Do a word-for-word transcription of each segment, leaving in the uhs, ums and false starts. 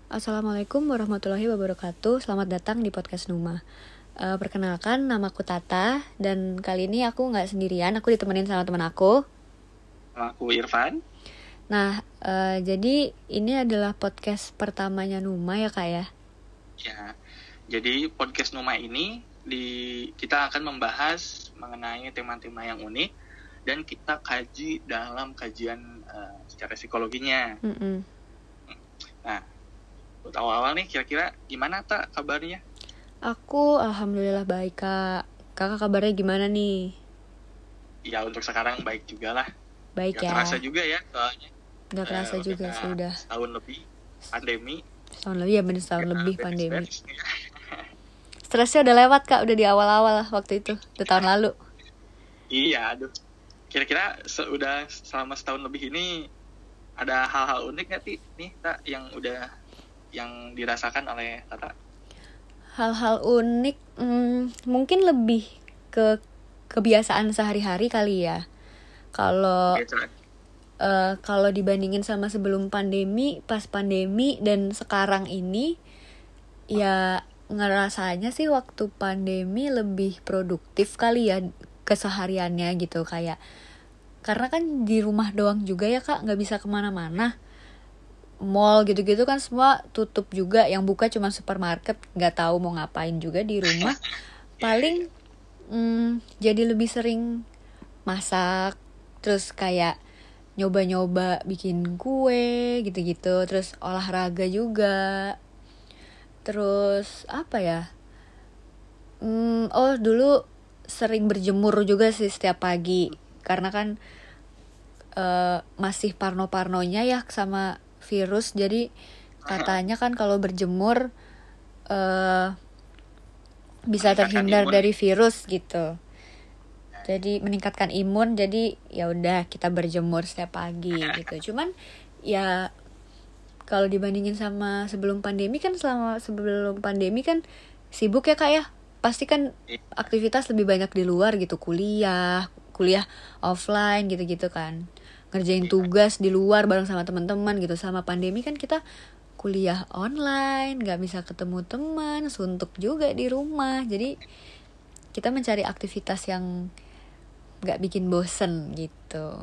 Assalamualaikum warahmatullahi wabarakatuh. Selamat datang di podcast Numa. Uh, perkenalkan, namaku Tata. Dan kali ini aku gak sendirian, aku ditemenin sama teman aku. Aku Irfan. Nah, uh, jadi ini adalah podcast pertamanya Numa ya kak ya? Ya, jadi podcast Numa ini di kita akan membahas mengenai tema-tema yang unik dan kita kaji dalam kajian uh, secara psikologinya. Mm-mm. Nah, untuk awal-awal nih kira-kira gimana tak kabarnya? Aku alhamdulillah baik kak. Kakak kabarnya gimana nih? Ya untuk sekarang baik juga lah. Baik Gak ya. kerasa juga ya soalnya. Gak kerasa uh, juga sih udah. Setahun lebih pandemi. Setahun lebih ya bener setahun ya, lebih beres, pandemi. Beres, ya. Stresnya udah lewat kak, udah di awal-awal lah waktu itu, udah tahun lalu. Iya, aduh. Kira-kira sudah selama setahun lebih ini ada hal-hal unik nggak sih nih tak yang udah yang dirasakan oleh Tata? Hal-hal unik hmm, mungkin lebih ke kebiasaan sehari-hari kali ya. Kalau uh, kalau dibandingin sama sebelum pandemi, pas pandemi dan sekarang ini, ya ngerasanya sih waktu pandemi lebih produktif kali ya kesehariannya gitu, kayak karena kan di rumah doang juga ya kak, nggak bisa kemana-mana. Mall gitu-gitu kan semua tutup juga, yang buka cuma supermarket, nggak tahu mau ngapain juga di rumah. Paling hmm, jadi lebih sering masak, terus kayak nyoba-nyoba bikin kue gitu-gitu, terus olahraga juga, terus apa ya, hmm, oh dulu sering berjemur juga sih setiap pagi, karena kan uh, masih parno-parnonya ya sama virus, jadi katanya kan kalau berjemur uh, bisa terhindar dari virus gitu, jadi meningkatkan imun. Jadi ya udah kita berjemur setiap pagi gitu. Cuman ya kalau dibandingin sama sebelum pandemi kan, selama sebelum pandemi kan sibuk ya kak ya, pasti kan aktivitas lebih banyak di luar gitu, kuliah kuliah offline gitu-gitu kan, ngerjain tugas di luar bareng sama teman-teman gitu. Sama pandemi kan kita kuliah online, nggak bisa ketemu teman, suntuk juga di rumah. Jadi kita mencari aktivitas yang nggak bikin bosen gitu.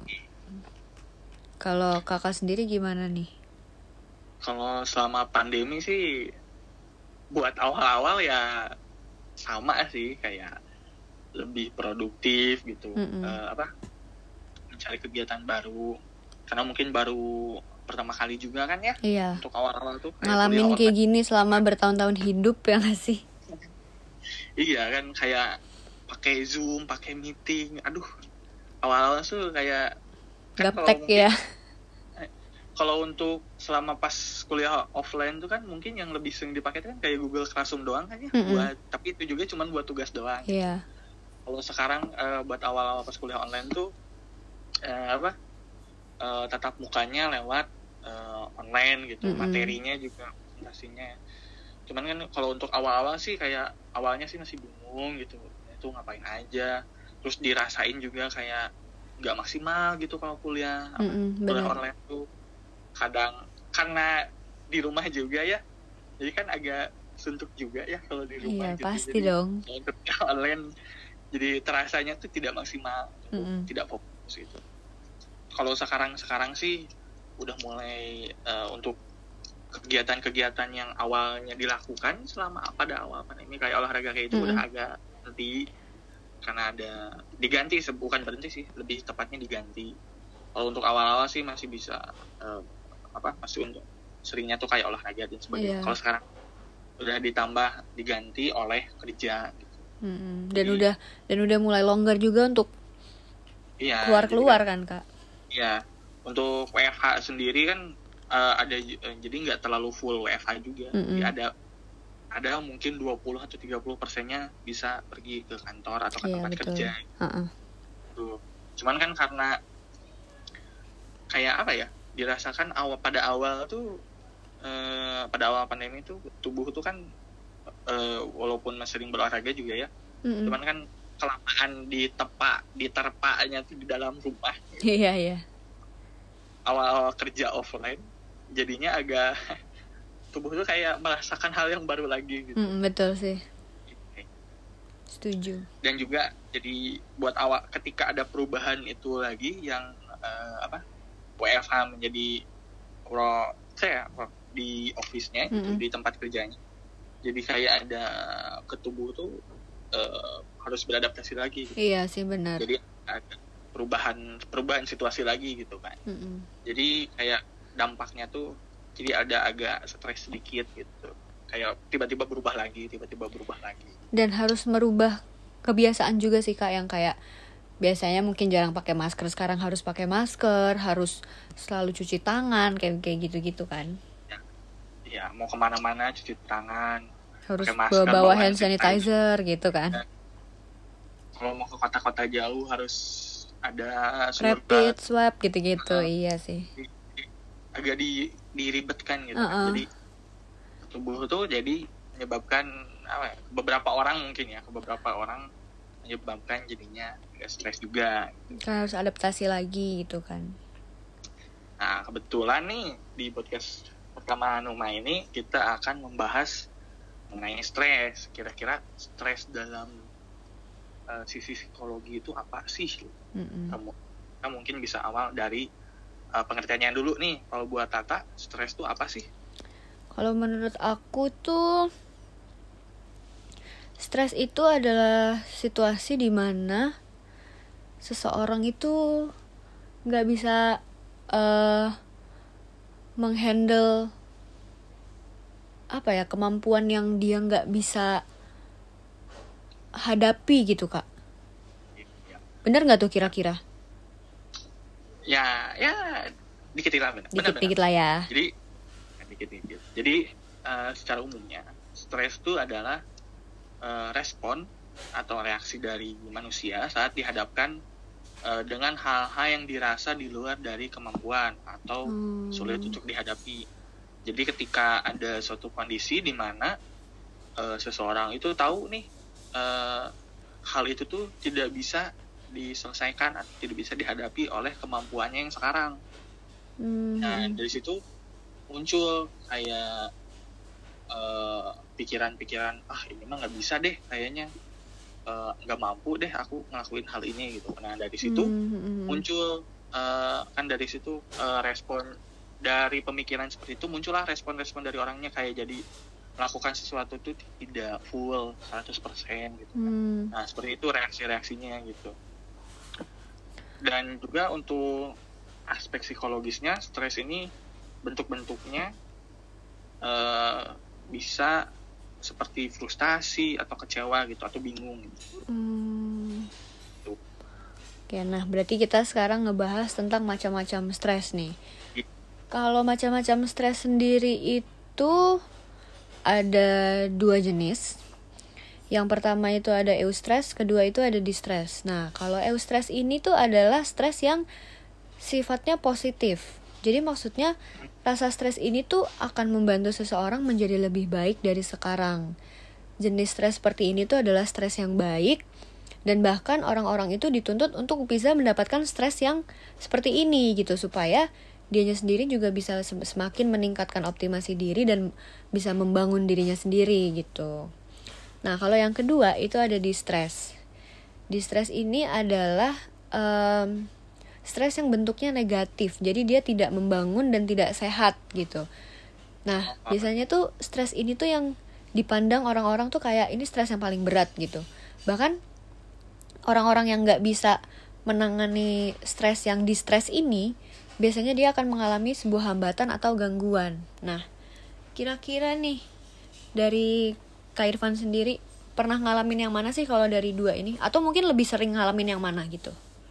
Kalau kakak sendiri gimana nih? Kalau selama pandemi sih buat awal-awal ya sama sih, kayak lebih produktif gitu, uh, apa mencari kegiatan baru, karena mungkin baru pertama kali juga kan ya. Iya. Untuk awal-awal tuh kayak ngalamin kayak gini selama bertahun-tahun hidup ya nggak sih? Iya kan, kayak pakai Zoom, pakai meeting, aduh awal-awal tuh kayak kan gaptek ya. Kalau untuk selama pas kuliah offline tuh kan mungkin yang lebih sering dipakai kan kayak Google Classroom doang kan ya, mm-hmm. buat tapi itu juga cuma buat tugas doang. Iya. Kalau sekarang uh, buat awal-awal pas kuliah online tuh uh, apa uh, tatap mukanya lewat uh, online gitu, mm-hmm. materinya juga presentasinya. Cuman kan kalau untuk awal-awal sih kayak awalnya sih masih bingung gitu, itu ngapain aja, terus dirasain juga kayak nggak maksimal gitu kalau kuliah, mm-hmm, kuliah online tuh kadang karena di rumah juga ya, jadi kan agak suntuk juga ya kalau di rumah. Iya gitu. pasti Jadi, dong. Kuliah online jadi terasanya tuh tidak maksimal, mm-hmm. tidak fokus gitu. Kalau sekarang sekarang sih udah mulai uh, untuk kegiatan-kegiatan yang awalnya dilakukan selama pada awal pandemi kayak olahraga kayak itu, mm-hmm. udah agak berhenti karena ada diganti, bukan berhenti sih, lebih tepatnya diganti. Kalau untuk awal-awal sih masih bisa uh, apa masih untuk seringnya tuh kayak olahraga dan sebagainya. Yeah. Kalau sekarang udah ditambah diganti oleh kerja gitu. Mm-hmm. Dan jadi, udah dan udah mulai longgar juga untuk iya, keluar-keluar kan kak. Iya, untuk W F H sendiri kan uh, ada uh, jadi nggak terlalu full W F H juga. Mm-hmm. Jadi ada ada mungkin dua puluh atau tiga puluh persennya bisa pergi ke kantor atau ke yeah, tempat betul. kerja. Uh-uh. Tuh. Cuman kan karena kayak apa ya, dirasakan awal pada awal tuh uh, pada awal pandemi tuh tubuh tuh kan uh, walaupun masih sering berolahraga juga ya, mm-hmm. cuman kan kelamaan di tepa di terpaknya tuh di dalam rumah. Iya iya. Awal-awal kerja offline jadinya agak tubuh tuh kayak merasakan hal yang baru lagi gitu. Mm, betul sih. Setuju. Dan juga jadi buat awak ketika ada perubahan itu lagi yang uh, apa W F H menjadi pro saya di office-nya mm-hmm. itu di tempat kerjanya. Jadi kayak ada ke tubuh tuh uh, harus beradaptasi lagi. Gitu. Iya sih benar. Jadi ada perubahan perubahan situasi lagi gitu kan. Mm-hmm. Jadi kayak dampaknya tuh jadi ada agak stres sedikit gitu. Kayak tiba-tiba berubah lagi, tiba-tiba berubah lagi. Dan harus merubah kebiasaan juga sih Kak, yang kayak biasanya mungkin jarang pakai masker, sekarang harus pakai masker, harus selalu cuci tangan, kayak kayak gitu-gitu kan. Ya, ya mau kemana-mana cuci tangan. Harus masker, bawa, bawa hand sanitizer, sanitizer gitu kan. Ya. Kalau mau ke kota-kota jauh harus ada rapid swab gitu-gitu, uh, iya sih. Agak di, diribetkan gitu uh-uh. kan. Jadi tubuh tuh jadi menyebabkan apa ya, beberapa orang mungkin ya ke beberapa orang menyebabkan jadinya agak stres juga gitu. Kan harus adaptasi lagi gitu kan. Nah kebetulan nih di podcast pertama Numa ini kita akan membahas mengenai stres. Kira-kira stres dalam uh, sisi psikologi itu apa sih? Kamu, kamu mungkin bisa awal dari uh, pengertiannya dulu nih. Kalau buat Tata stres itu apa sih? Kalau menurut aku tuh stres itu adalah situasi di mana seseorang itu nggak bisa uh, menghandle apa ya kemampuan yang dia nggak bisa hadapi gitu Kak. Bener nggak tuh kira-kira? Ya, ya dikit lah benar. Dikit-dikit lah ya. Jadi dikit-dikit. Jadi uh, secara umumnya stres itu adalah uh, respon atau reaksi dari manusia saat dihadapkan uh, dengan hal-hal yang dirasa di luar dari kemampuan atau hmm. sulit untuk dihadapi. Jadi ketika ada suatu kondisi di mana uh, seseorang itu tahu nih uh, hal itu tuh tidak bisa diselesaikan atau tidak bisa dihadapi oleh kemampuannya yang sekarang. Hmm. Nah dari situ muncul kayak uh, pikiran-pikiran ah ini mah nggak bisa deh kayaknya nggak uh, mampu deh aku ngelakuin hal ini gitu. Nah dari situ mm-hmm. muncul uh, kan dari situ uh, respon dari pemikiran seperti itu muncullah respon-respon dari orangnya kayak jadi melakukan sesuatu itu tidak full seratus persen gitu kan. Mm. Nah seperti itu reaksi-reaksinya gitu. Dan juga untuk aspek psikologisnya stres ini bentuk-bentuknya uh, bisa seperti frustasi atau kecewa gitu atau bingung gitu. Hmm. Gitu. Oke, nah berarti kita sekarang ngebahas tentang macam-macam stres nih. Ya. Kalau macam-macam stres sendiri itu ada dua jenis. Yang pertama itu ada eustress, kedua itu ada distress. Nah, kalau eustress ini tuh adalah stres yang sifatnya positif. Jadi maksudnya rasa stres ini tuh akan membantu seseorang menjadi lebih baik dari sekarang. Jenis stres seperti ini tuh adalah stres yang baik dan bahkan orang-orang itu dituntut untuk bisa mendapatkan stres yang seperti ini gitu supaya dianya sendiri juga bisa semakin meningkatkan optimasi diri dan bisa membangun dirinya sendiri gitu. Nah, kalau yang kedua itu ada distress. Distress ini adalah um, stres yang bentuknya negatif, jadi dia tidak membangun dan tidak sehat gitu. Nah, biasanya tuh stres ini tuh yang dipandang orang-orang tuh kayak ini stres yang paling berat gitu. Bahkan orang-orang yang nggak bisa menangani stres yang distress ini, biasanya dia akan mengalami sebuah hambatan atau gangguan. Nah, kira-kira nih dari Kak Irfan sendiri pernah ngalamin yang mana sih kalau dari dua ini? Atau mungkin lebih sering ngalamin yang mana gitu?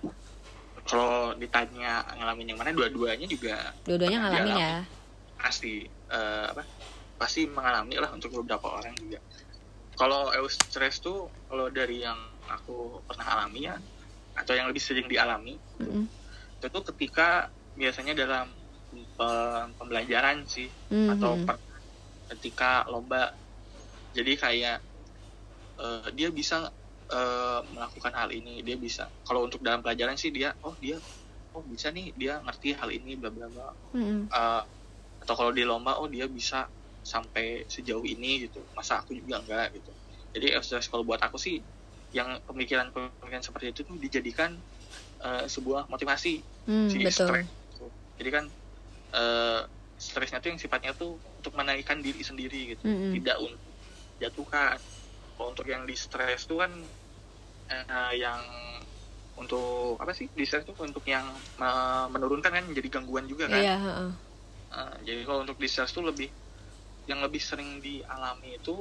Kalau ditanya ngalamin yang mana, dua-duanya juga dua-duanya ngalamin dialami. Ya pasti uh, apa pasti mengalami lah untuk beberapa orang juga. Kalau eustress tuh kalau dari yang aku pernah alami ya atau yang lebih sering dialami mm-hmm. itu tuh ketika biasanya dalam pembelajaran sih mm-hmm. atau per- ketika lomba. Jadi kayak uh, dia bisa Uh, melakukan hal ini, dia bisa. Kalau untuk dalam pelajaran sih dia, oh dia, oh bisa nih, dia ngerti hal ini, bla bla bla. Mm-hmm. Uh, atau kalau di lomba, oh dia bisa sampai sejauh ini gitu, masa aku juga enggak gitu. Jadi eustress kalau buat aku sih yang pemikiran-pemikiran seperti itu tuh dijadikan uh, sebuah motivasi hmm, si betul. stres. Jadi kan uh, stresnya tuh yang sifatnya tuh untuk menaikkan diri sendiri gitu, mm-hmm. tidak untuk jatuhkan. Kalau untuk yang di stres tuh kan uh, yang untuk apa sih, di stres tuh untuk yang uh, menurunkan kan, jadi gangguan juga kan. Iya, uh-uh. uh, jadi kalau untuk di stres tuh lebih, yang lebih sering dialami itu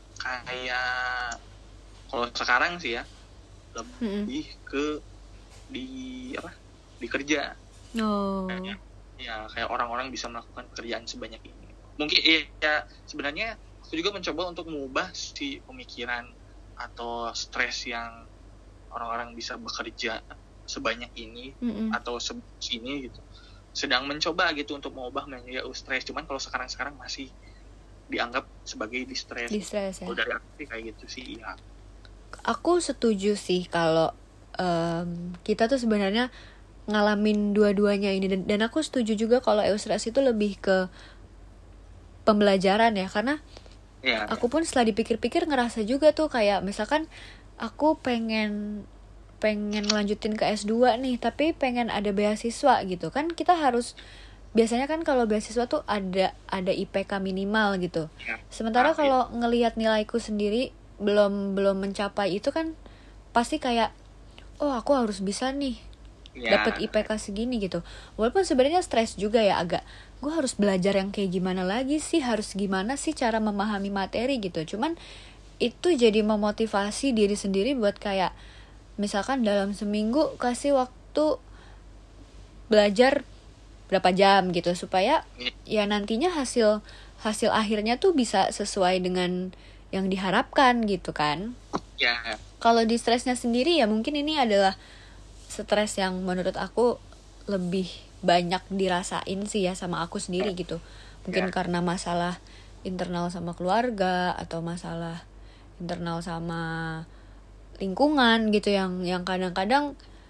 kayak kalau sekarang sih ya lebih mm-hmm. ke di apa di kerja. Oh. Kayak, ya kayak orang-orang bisa melakukan pekerjaan sebanyak ini. Mungkin ya, ya sebenarnya aku juga mencoba untuk mengubah si pemikiran atau stres yang orang-orang bisa bekerja sebanyak ini mm-hmm. atau segini gitu. Sedang mencoba gitu untuk mengubah menjadi stres. Cuman kalau sekarang-sekarang masih dianggap sebagai distress. Distress ya. Kalau dari aku kayak gitu sih ya. Aku setuju sih kalau um, kita tuh sebenarnya ngalamin dua-duanya ini, dan, dan aku setuju juga kalau eustress itu lebih ke pembelajaran ya, karena ya, aku pun setelah dipikir-pikir ngerasa juga tuh kayak misalkan aku pengen pengen ngelanjutin ke S dua nih, tapi pengen ada beasiswa gitu kan, kita harus biasanya kan kalau beasiswa tuh ada ada I P K minimal gitu. Ya, sementara nah, kalau ngelihat nilaiku sendiri belum belum mencapai itu kan pasti kayak oh aku harus bisa nih ya. Dapat I P K segini gitu. Walaupun sebenarnya stres juga ya agak. Gue harus belajar yang kayak gimana lagi sih, harus gimana sih cara memahami materi gitu. Cuman itu jadi memotivasi diri sendiri buat kayak misalkan dalam seminggu kasih waktu belajar berapa jam gitu supaya ya nantinya hasil hasil akhirnya tuh bisa sesuai dengan yang diharapkan gitu kan. Ya. Kalau di stresnya sendiri ya mungkin ini adalah stres yang menurut aku lebih banyak dirasain sih ya sama aku sendiri gitu. Mungkin ya. Karena masalah internal sama keluarga atau masalah internal sama lingkungan gitu yang yang kadang-kadang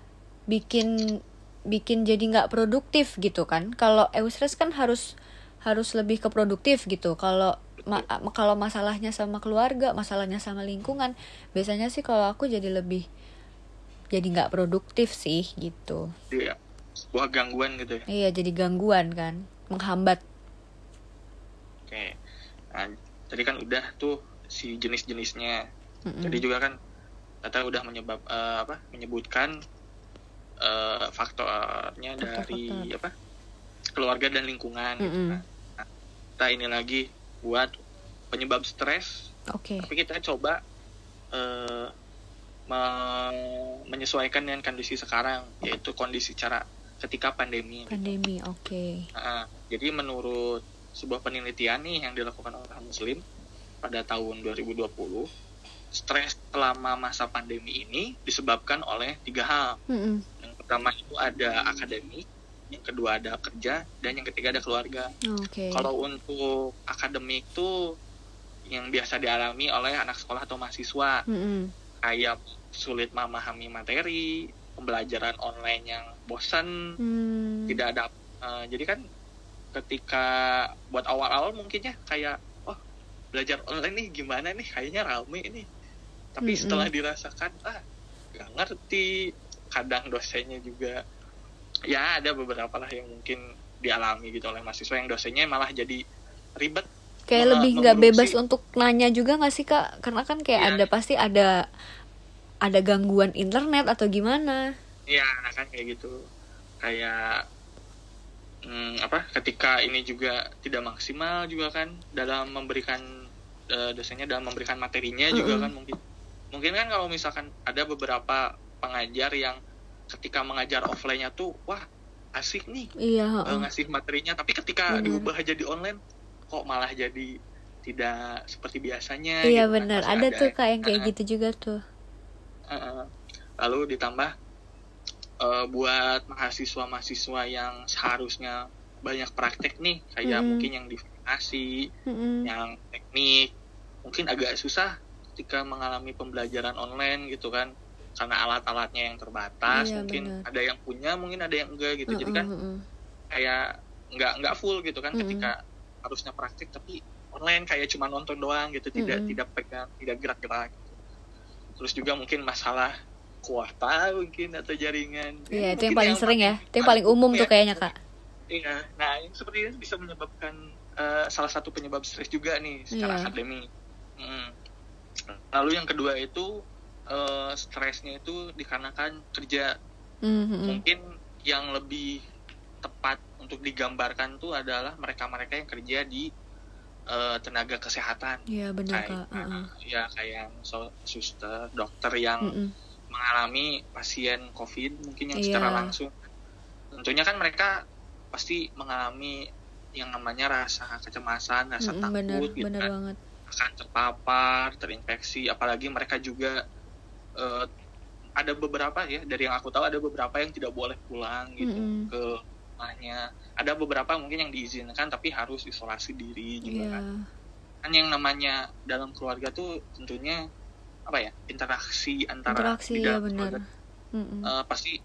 bikin bikin jadi nggak produktif gitu kan. Kalau eustress kan harus harus lebih ke produktif gitu. Kalau ma- kalau masalahnya sama keluarga, masalahnya sama lingkungan, biasanya sih kalau aku jadi lebih jadi nggak produktif sih gitu. Iya, sebuah gangguan gitu ya. Iya, jadi gangguan kan, menghambat. Oke, nah tadi kan udah tuh si jenis-jenisnya. Mm-mm. Jadi juga kan kita udah menyebab uh, apa menyebutkan uh, faktornya Faktor-faktor. dari apa keluarga dan lingkungan. Gitu. Nah, kita ini lagi buat penyebab stres. Oke. Okay. Tapi kita coba uh, me- menyesuaikan dengan kondisi sekarang, yaitu kondisi cara ketika pandemi. Pandemi, gitu. Oke. Okay. Nah, jadi menurut sebuah penelitian nih yang dilakukan oleh Muslim pada tahun dua ribu dua puluh, stres selama masa pandemi ini disebabkan oleh tiga hal. Mm-hmm. Yang pertama itu ada akademik, yang kedua ada kerja, dan yang ketiga ada keluarga. Okay. Kalau untuk akademik itu yang biasa dialami oleh anak sekolah atau mahasiswa, mm-hmm. kayak sulit memahami materi, pembelajaran online yang bosan, mm. tidak ada. Uh, jadi kan ketika buat awal-awal mungkinnya kayak oh belajar online nih gimana nih, kayaknya rame nih. Tapi mm-hmm. setelah dirasakan, ah gak ngerti. Kadang dosennya juga, ya ada beberapa lah yang mungkin dialami gitu oleh mahasiswa yang dosennya malah jadi ribet. Kayak meng- lebih gak bebas untuk nanya juga gak sih Kak? Karena kan kayak ya. ada pasti ada ada gangguan internet atau gimana. Iya kan kayak gitu. Kayak hmm, apa ketika ini juga tidak maksimal juga kan dalam memberikan uh, dosennya dalam memberikan materinya mm-hmm. juga kan mungkin. Mungkin kan kalau misalkan ada beberapa pengajar yang ketika mengajar offline-nya tuh wah asik nih iya, uh, ngasih materinya, tapi ketika bener. diubah jadi online kok malah jadi tidak seperti biasanya. Iya gitu benar, kan. ada Agak, tuh kayak kayak uh, gitu juga tuh. Uh, lalu ditambah uh, buat mahasiswa-mahasiswa yang seharusnya banyak praktek nih kayak mm-hmm. mungkin yang divokasi, mm-hmm. yang teknik, mungkin agak susah ketika mengalami pembelajaran online gitu kan, karena alat-alatnya yang terbatas. Iya, mungkin bener. Ada yang punya, mungkin ada yang enggak gitu. Uh-uh, jadi kan uh-uh. kayak enggak enggak full gitu kan uh-uh. ketika harusnya praktik tapi online kayak cuma nonton doang gitu, tidak Mm-mm. tidak pegang, tidak gerak-gerak gitu. Terus juga mungkin masalah kuota mungkin atau jaringan. Iya, Ya, itu yang mungkin paling sering ya. Itu yang paling umum ya, tuh kayaknya, Kak. Iya, nah ini seperti ini bisa menyebabkan uh, salah satu penyebab stres juga nih secara Iya. akademik. Hmm. Lalu yang kedua itu uh, stresnya itu dikarenakan kerja. Mm-hmm. Mungkin yang lebih tepat untuk digambarkan tuh adalah mereka-mereka yang kerja di uh, tenaga kesehatan. Iya, benar, kayak, Kak. Uh-uh. Ya kayak yang so, suster, dokter yang Mm-mm. mengalami pasien COVID mungkin yang Iya. secara langsung. Tentunya kan mereka pasti mengalami yang namanya rasa kecemasan, rasa Mm-mm, takut, bener, gitu bener kan, banget. akan terpapar, terinfeksi. Apalagi mereka juga uh, ada beberapa ya, dari yang aku tahu ada beberapa yang tidak boleh pulang gitu Mm-mm. ke rumahnya. Ada beberapa mungkin yang diizinkan tapi harus isolasi diri juga Iya. kan. Kan yang namanya dalam keluarga tuh tentunya apa ya, interaksi antara Interaksi, di ya dalam benar. keluarga uh, pasti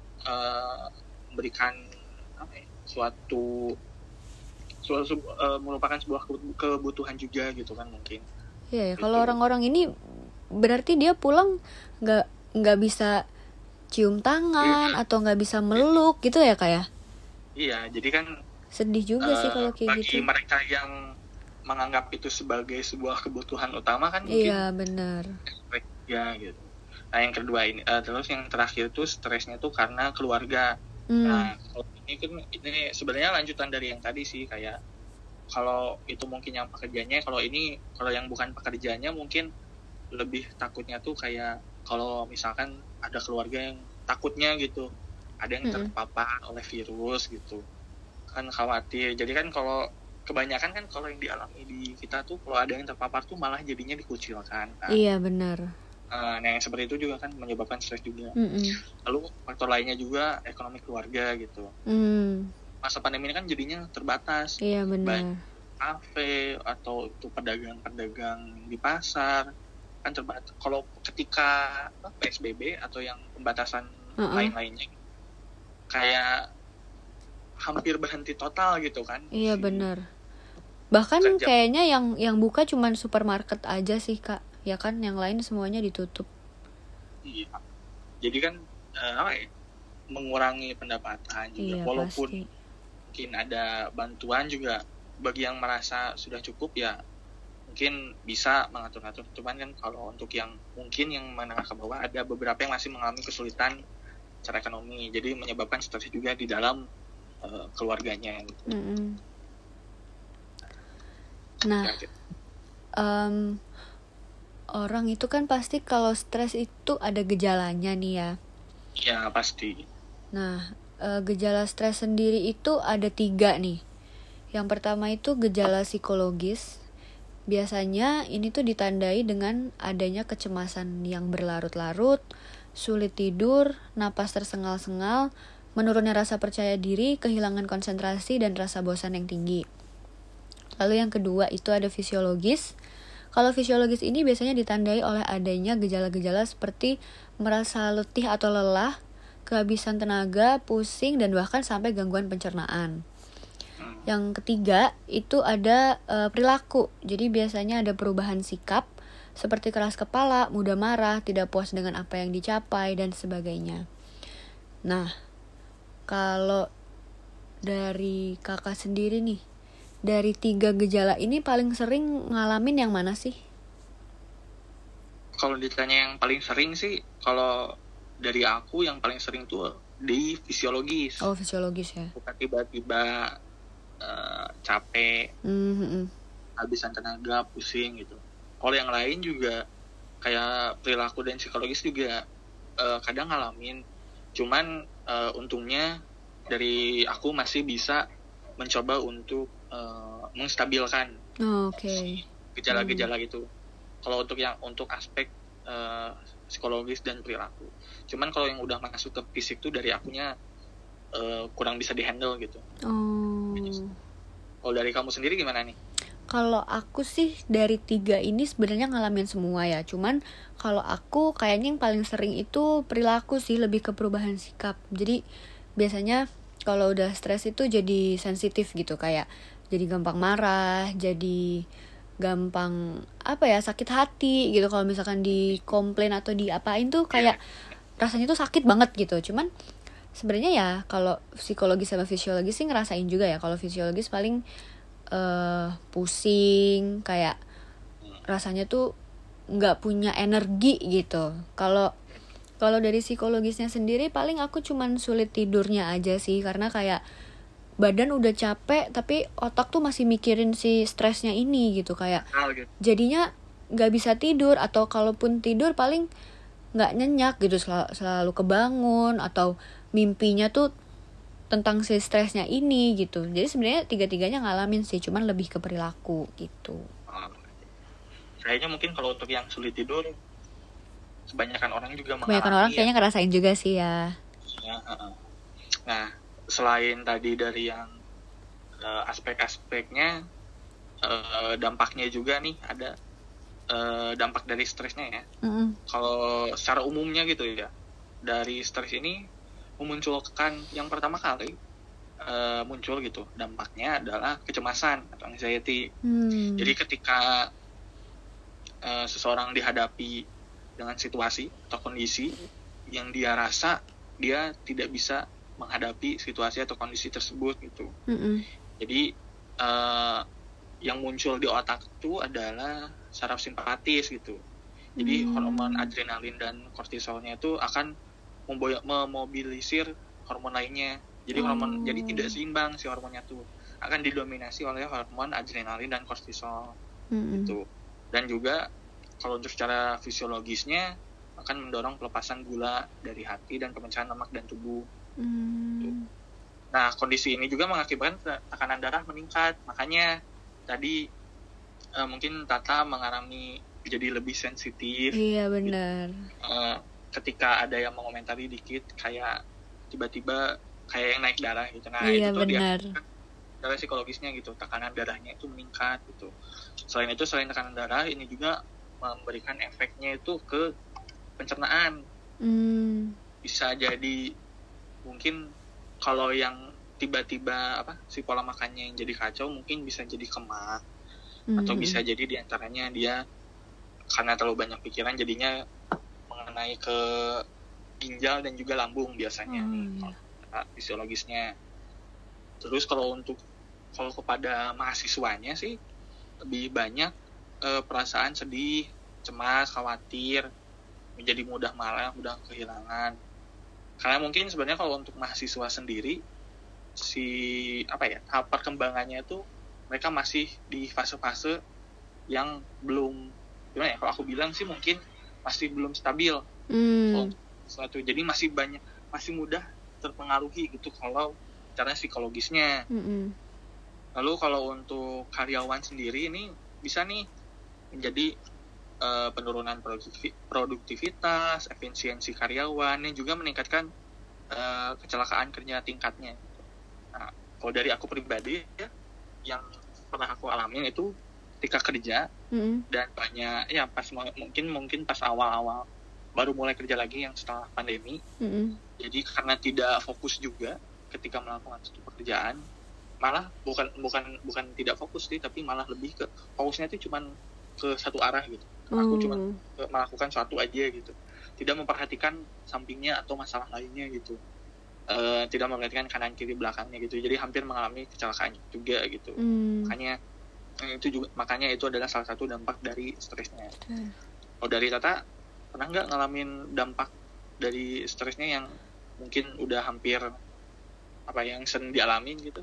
uh, memberikan apa ya, suatu suatu uh, merupakan sebuah kebutuhan juga gitu kan mungkin. Iya ya, Gitu. kalau orang-orang ini berarti dia pulang nggak nggak bisa cium tangan Iya. atau nggak bisa meluk gitu ya, Kak ya? Iya, jadi kan Sedih juga uh, sih kalau kayak bagi gitu. mereka yang menganggap itu sebagai sebuah kebutuhan utama kan mungkin. Iya, benar. Ya gitu. Nah yang kedua ini uh, terus yang terakhir tuh stresnya tuh karena keluarga. Hmm. Nah kalau ini kan ini sebenarnya lanjutan dari yang tadi sih, kayak kalau itu mungkin yang pekerjaannya, kalau ini kalau yang bukan pekerjaannya mungkin lebih takutnya tuh kayak kalau misalkan ada keluarga yang takutnya gitu ada yang terpapar mm-hmm. oleh virus gitu kan, khawatir. Jadi kan kalau kebanyakan kan kalau yang dialami di kita tuh kalau ada yang terpapar tuh malah jadinya dikucilkan kan. Iya benar. Uh, nah yang seperti itu juga kan menyebabkan stres juga. Mm-mm. Lalu faktor lainnya juga ekonomi keluarga gitu. Mm. Masa pandemi ini kan jadinya terbatas. Iya benar. Baik kafe atau itu pedagang-pedagang di pasar kan terbatas. Kalau ketika P S B B atau yang pembatasan uh-uh. lain-lainnya kayak hampir berhenti total gitu kan. Iya si benar. Bahkan kerja. Kayaknya yang yang buka cuman supermarket aja sih Kak. Ya kan, yang lain semuanya ditutup. Iya. Jadi kan uh, apa ya? Mengurangi pendapatan juga. Iya, walaupun pasti. Mungkin ada bantuan juga bagi yang merasa sudah cukup ya mungkin bisa mengatur-atur. Cuman kan kalau untuk yang mungkin yang menengah ke bawah ada beberapa yang masih mengalami kesulitan secara ekonomi. Jadi menyebabkan stres juga di dalam uh, keluarganya gitu. Mm-hmm. Nah, um, orang itu kan pasti kalau stres itu ada gejalanya nih ya. Iya pasti. Nah, uh, gejala stres sendiri itu ada tiga nih. Yang pertama itu gejala psikologis. Biasanya ini tuh ditandai dengan adanya kecemasan yang berlarut-larut, sulit tidur, napas tersengal-sengal, menurunnya rasa percaya diri, kehilangan konsentrasi, dan rasa bosan yang tinggi. Lalu yang kedua itu ada fisiologis. Kalau fisiologis ini biasanya ditandai oleh adanya gejala-gejala seperti merasa letih atau lelah, kehabisan tenaga, pusing, dan bahkan sampai gangguan pencernaan. Yang ketiga itu ada e, perilaku. Jadi biasanya ada perubahan sikap seperti keras kepala, mudah marah, tidak puas dengan apa yang dicapai, dan sebagainya. Nah, kalau dari kakak sendiri nih, dari tiga gejala ini paling sering ngalamin yang mana sih? Kalau ditanya yang paling sering sih, kalau dari aku yang paling sering tuh di fisiologis. Oh, fisiologis ya. Bukan tiba-tiba uh, capek, mm-hmm. habisan tenaga, pusing gitu. Kalau yang lain juga kayak perilaku dan psikologis juga uh, kadang ngalamin. Cuman uh, untungnya dari aku masih bisa mencoba untuk uh, menstabilkan oh, okay. si gejala-gejala hmm. itu. Kalau untuk yang untuk aspek uh, psikologis dan perilaku. Cuman kalau yang udah masuk ke fisik tuh dari akunya uh, kurang bisa dihandle gitu. Oh. Kalau dari kamu sendiri gimana nih? Kalau aku sih dari tiga ini sebenarnya ngalamin semua ya. Cuman kalau aku kayaknya yang paling sering itu perilaku sih, lebih ke perubahan sikap. Jadi biasanya kalau udah stres itu jadi sensitif gitu, kayak jadi gampang marah, jadi gampang apa ya sakit hati gitu kalau misalkan dikomplain atau diapain tuh kayak rasanya tuh sakit banget gitu. Cuman sebenarnya ya kalau psikologis sama fisiologis sih ngerasain juga ya. Kalau fisiologis paling uh, pusing, kayak rasanya tuh nggak punya energi gitu. Kalau kalau dari psikologisnya sendiri paling aku cuman sulit tidurnya aja sih, karena kayak badan udah capek tapi otak tuh masih mikirin si stresnya ini gitu, kayak jadinya nggak bisa tidur, atau kalaupun tidur paling nggak nyenyak gitu, selalu, selalu kebangun atau mimpinya tuh tentang si stresnya ini gitu. Jadi sebenarnya tiga-tiganya ngalamin sih, cuman lebih ke perilaku gitu. Kayaknya mungkin kalau untuk yang sulit tidur kebanyakan orang juga mengalami. Kebanyakan orang kayaknya ngerasain juga sih ya. Ya uh-uh. Nah, selain tadi dari yang uh, aspek-aspeknya, uh, dampaknya juga nih ada uh, dampak dari stresnya ya. Mm-hmm. Kalau secara umumnya gitu ya, dari stres ini memunculkan yang pertama kali uh, muncul gitu dampaknya adalah kecemasan atau anxiety. Hmm. Jadi ketika uh, seseorang dihadapi dengan situasi atau kondisi yang dia rasa dia tidak bisa menghadapi situasi atau kondisi tersebut gitu. Mm-hmm. Jadi uh, yang muncul di otak itu adalah saraf simpatis gitu. Jadi mm. hormon adrenalin dan kortisolnya itu akan memboy- memobilisir hormon lainnya. Jadi oh. hormon jadi tidak seimbang si hormonnya tuh, akan didominasi oleh hormon adrenalin dan kortisol mm-hmm. gitu. Dan juga kalau untuk secara fisiologisnya akan mendorong pelepasan gula dari hati dan pemecahan lemak dan tubuh. Hmm. Nah, kondisi ini juga mengakibatkan tekanan darah meningkat. Makanya tadi uh, mungkin Tata mengalami jadi lebih sensitif. Iya benar. Uh, ketika ada yang mengomentari dikit kayak tiba-tiba kayak yang naik darah gitu. Nah, iya, itu tuh benar. dia darah psikologisnya gitu, tekanan darahnya itu meningkat gitu. Selain itu, selain tekanan darah, ini juga memberikan efeknya itu ke pencernaan. Hmm. Bisa jadi mungkin kalau yang tiba-tiba apa si pola makannya yang jadi kacau, mungkin bisa jadi kemah mm-hmm. atau bisa jadi diantaranya dia karena terlalu banyak pikiran jadinya mengenai ke ginjal dan juga lambung biasanya mm. nih kalau fisiologisnya. Terus kalau untuk kalau kepada mahasiswanya sih lebih banyak eh, perasaan sedih, cemas, khawatir, menjadi mudah marah, mudah kehilangan. Karena mungkin sebenarnya kalau untuk mahasiswa sendiri si apa ya tahap perkembangannya itu mereka masih di fase-fase yang belum gimana ya kalau aku bilang sih mungkin masih belum stabil. Hmm. Suatu jadi masih banyak masih mudah terpengaruhi gitu kalau cara psikologisnya. Hmm. Lalu kalau untuk karyawan sendiri ini bisa nih menjadi Uh, penurunan produktivitas, efisiensi karyawan, yang juga meningkatkan uh, kecelakaan kerja tingkatnya. Nah, kalau dari aku pribadi ya, yang pernah aku alamin itu ketika kerja mm-hmm. dan banyak ya pas mungkin mungkin pas awal-awal baru mulai kerja lagi yang setelah pandemi. Mm-hmm. Jadi karena tidak fokus juga ketika melakukan satu pekerjaan, malah bukan bukan bukan tidak fokus sih, tapi malah lebih ke fokusnya itu cuman ke satu arah gitu. Aku hmm. cuma melakukan satu aja gitu, tidak memperhatikan sampingnya atau masalah lainnya gitu, e, tidak memperhatikan kanan kiri belakangnya gitu, jadi hampir mengalami kecelakaan juga gitu. hmm. makanya itu juga makanya itu adalah salah satu dampak dari stresnya. hmm. Oh dari Tata pernah nggak ngalamin dampak dari stresnya yang mungkin udah hampir apa yang sering dialamin gitu?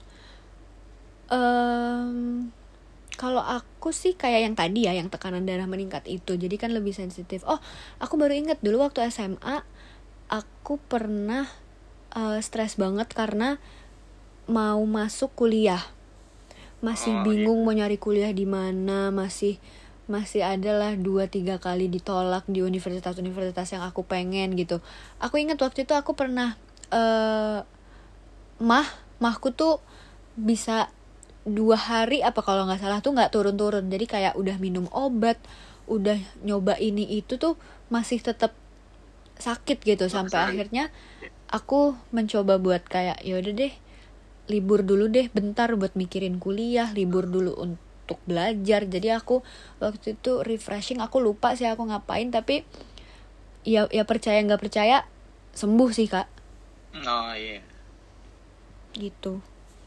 Um... Kalau aku sih kayak yang tadi ya, yang tekanan darah meningkat itu, jadi kan lebih sensitif. Oh, aku baru ingat dulu waktu S M A, aku pernah uh, stres banget karena mau masuk kuliah, masih oh, bingung iya. mau nyari kuliah di mana, masih masih adalah dua tiga kali ditolak di universitas-universitas yang aku pengen gitu. Aku ingat waktu itu aku pernah uh, mah mahku tuh bisa dua hari apa kalau nggak salah tuh nggak turun-turun, jadi kayak udah minum obat, udah nyoba ini itu tuh masih tetap sakit gitu. Sampai akhirnya aku mencoba buat kayak ya udah deh libur dulu deh bentar buat mikirin kuliah, libur dulu un- untuk belajar. Jadi aku waktu itu refreshing, aku lupa sih aku ngapain, tapi ya ya percaya nggak percaya sembuh sih Kak. Oh iya. Gitu.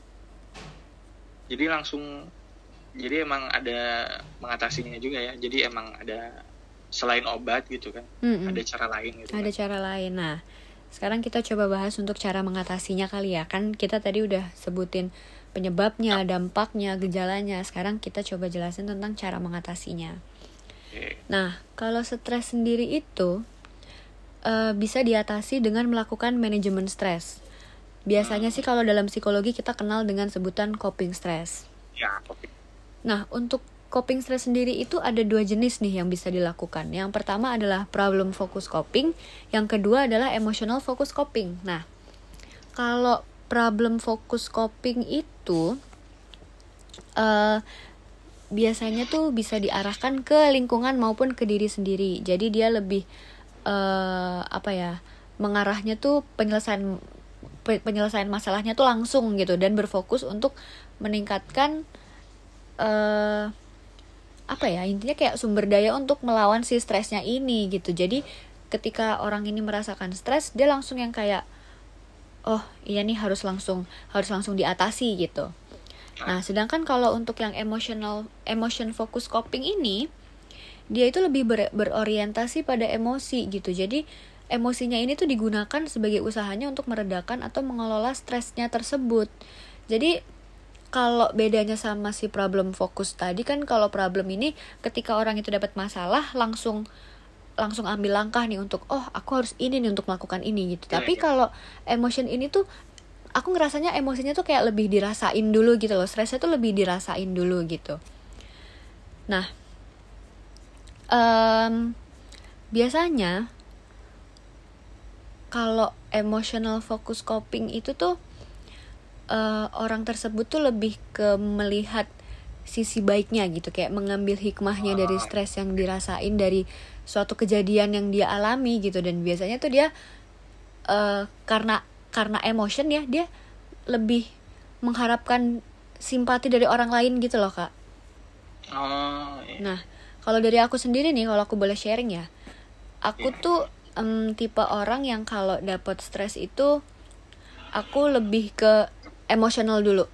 Jadi langsung, jadi emang ada mengatasinya juga ya. Jadi emang ada selain obat gitu kan, mm-mm. ada cara lain gitu. Ada kan? Cara lain. Nah, sekarang kita coba bahas untuk cara mengatasinya kali ya. Kan kita tadi udah sebutin penyebabnya, dampaknya, gejalanya. Sekarang kita coba jelasin tentang cara mengatasinya. Okay. Nah, kalau stres sendiri itu uh, bisa diatasi dengan melakukan manajemen stres. Biasanya hmm. sih kalau dalam psikologi kita kenal dengan sebutan coping stress. Ya, coping. Nah, untuk coping stress sendiri itu ada dua jenis nih yang bisa dilakukan. Yang pertama adalah problem focus coping, yang kedua adalah emotional focus coping. Nah, kalau problem focus coping itu uh, biasanya tuh bisa diarahkan ke lingkungan maupun ke diri sendiri. Jadi dia lebih uh, apa ya, mengarahnya tuh penyelesaian penyelesaian masalahnya tuh langsung gitu, dan berfokus untuk meningkatkan uh, apa ya, intinya kayak sumber daya untuk melawan si stresnya ini gitu. Jadi ketika orang ini merasakan stres, dia langsung yang kayak oh iya nih harus langsung harus langsung diatasi gitu. Nah, sedangkan kalau untuk yang emotional emotion focus coping ini, dia itu lebih ber, berorientasi pada emosi gitu. Jadi emosinya ini tuh digunakan sebagai usahanya untuk meredakan atau mengelola stresnya tersebut. Jadi kalau bedanya sama si problem fokus tadi kan, kalau problem ini ketika orang itu dapat masalah langsung langsung ambil langkah nih untuk oh aku harus ini nih untuk melakukan ini gitu. Ya, Tapi ya. Kalau emotion ini tuh aku ngerasanya emosinya tuh kayak lebih dirasain dulu gitu loh. Stresnya tuh lebih dirasain dulu gitu. Nah, um, biasanya kalau emotional focus coping itu tuh Uh, orang tersebut tuh lebih ke melihat sisi baiknya gitu, kayak mengambil hikmahnya dari stres yang dirasain dari suatu kejadian yang dia alami gitu. Dan biasanya tuh dia uh, karena karena emotion ya, dia lebih mengharapkan simpati dari orang lain gitu loh Kak. Oh, iya. Nah, kalau dari aku sendiri nih, kalau aku boleh sharing ya, aku tuh um, tipe orang yang kalau dapat stres itu aku lebih ke emosional dulu.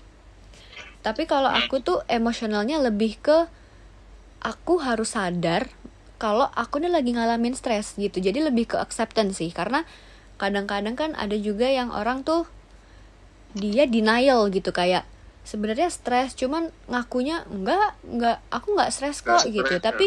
Tapi kalau aku tuh emosionalnya lebih ke aku harus sadar kalau aku nih lagi ngalamin stres gitu. Jadi lebih ke acceptance sih, karena kadang-kadang kan ada juga yang orang tuh dia denial gitu, kayak sebenarnya stres cuman ngakunya enggak, enggak aku enggak stres kok gak gitu. Tapi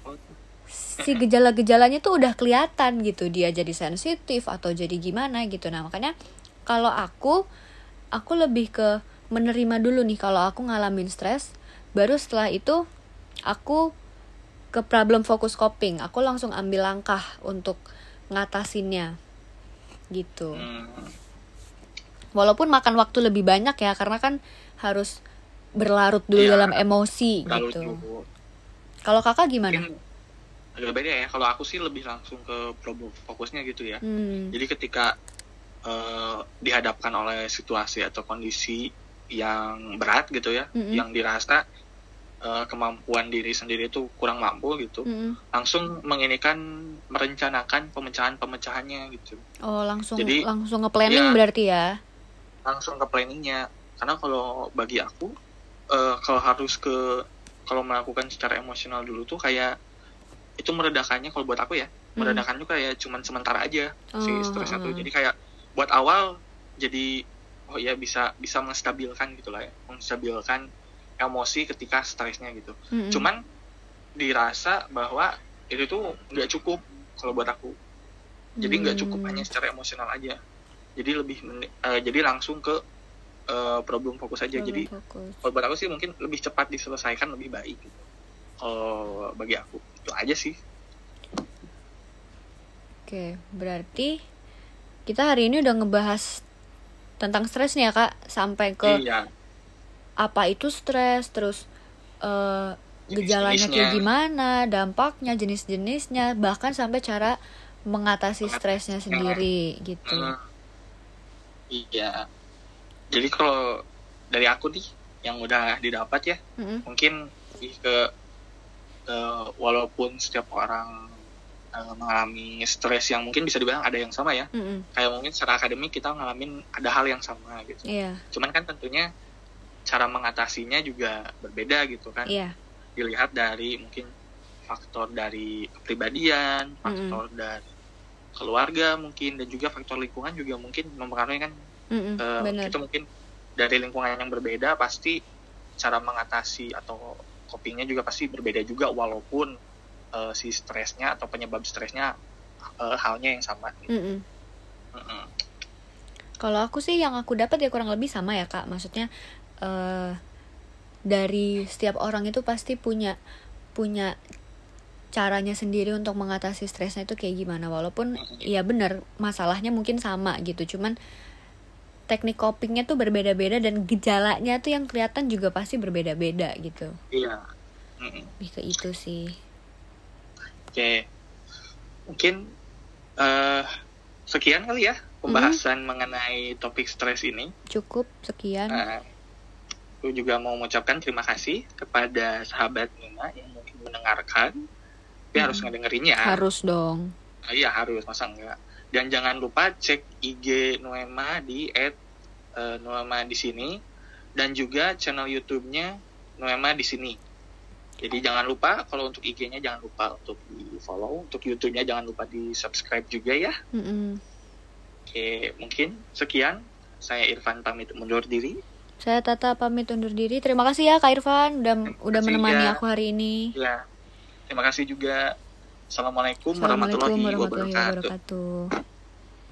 si gejala-gejalanya tuh udah kelihatan gitu, dia jadi sensitif atau jadi gimana gitu. Nah, makanya kalau aku aku lebih ke menerima dulu nih kalau aku ngalamin stres, baru setelah itu aku ke problem focus coping. Aku langsung ambil langkah untuk ngatasinnya gitu. Hmm. Walaupun makan waktu lebih banyak ya, karena kan harus berlarut dulu ya, dalam emosi gitu. Kalau kakak gimana? Mungkin agak beda ya. Kalau aku sih lebih langsung ke problem fokusnya gitu ya. Hmm. Jadi ketika Uh, dihadapkan oleh situasi atau kondisi yang berat gitu ya, mm-hmm. yang dirasa uh, kemampuan diri sendiri itu kurang mampu gitu, mm-hmm. langsung menginikan merencanakan pemecahan-pemecahannya gitu. Oh, langsung Jadi, langsung nge-planning ya, berarti ya? Langsung ke planningnya. Karena kalau bagi aku uh, kalau harus ke kalau melakukan secara emosional dulu tuh kayak itu meredakannya, kalau buat aku ya, mm. meredakannya kayak cuman sementara aja oh, si stresnya tuh. Jadi kayak buat awal jadi oh ya bisa bisa menstabilkan gitulah ya, menstabilkan emosi ketika stresnya gitu. Mm-hmm. Cuman dirasa bahwa itu tuh nggak cukup kalau buat aku. Jadi nggak mm. cukup hanya secara emosional aja. Jadi lebih uh, jadi langsung ke uh, problem fokus aja. Problem jadi fokus. Kalau buat aku sih mungkin lebih cepat diselesaikan lebih baik gitu. Kalau bagi aku itu aja sih. Oke, berarti kita hari ini udah ngebahas tentang stres nih ya Kak, sampai ke iya. apa itu stres, terus uh, gejalanya kayak gimana, dampaknya, jenis-jenisnya, bahkan sampai cara mengatasi stresnya sendiri uh, gitu. Uh, iya. Jadi kalau dari aku nih, yang udah didapat ya. Mm-hmm. Mungkin ke uh, walaupun setiap orang uh, mengalami stres yang mungkin bisa dibilang ada yang sama ya. Mm-hmm. Kayak mungkin secara akademik kita ngalamin ada hal yang sama gitu. Yeah. Cuman kan tentunya cara mengatasinya juga berbeda gitu kan. Yeah. Dilihat dari mungkin faktor dari kepribadian, faktor mm-hmm. dari keluarga mungkin, dan juga faktor lingkungan juga mungkin mempengaruhi kan. Mm-hmm. Uh, itu mungkin dari lingkungan yang berbeda pasti cara mengatasi atau copingnya juga pasti berbeda juga, walaupun uh, si stresnya atau penyebab stresnya uh, halnya yang sama gitu. Mm-hmm. Mm-hmm. Kalau aku sih yang aku dapat ya kurang lebih sama ya Kak, maksudnya uh, dari setiap orang itu pasti punya punya caranya sendiri untuk mengatasi stresnya itu kayak gimana, walaupun mm-hmm. ya benar masalahnya mungkin sama gitu, cuman teknik copingnya tuh berbeda-beda dan gejalanya tuh yang kelihatan juga pasti berbeda-beda gitu. Iya. Lebih ke itu sih. Oke. Mungkin uh, sekian kali ya pembahasan mm. mengenai topik stres ini. Cukup sekian. Uh, aku juga mau mengucapkan terima kasih kepada sahabat Nuna yang mungkin mendengarkan. Tapi mm. harus ngedengerinnya. Harus dong. Uh, iya harus, masa enggak. Dan jangan lupa cek I G Noema di et uh, Noema di sini, dan juga channel YouTube-nya Noema di sini. Jadi jangan lupa kalau untuk I G-nya jangan lupa untuk di-follow, untuk YouTube-nya jangan lupa di-subscribe juga ya. Mm-hmm. Oke, mungkin sekian. Saya Irfan pamit undur diri. Saya Tata pamit undur diri. Terima kasih ya Kak Irfan udah terima udah menemani ya. Aku hari ini. Ya. Terima kasih juga. Assalamualaikum, Assalamualaikum warahmatullahi, warahmatullahi wabarakatuh. wabarakatuh.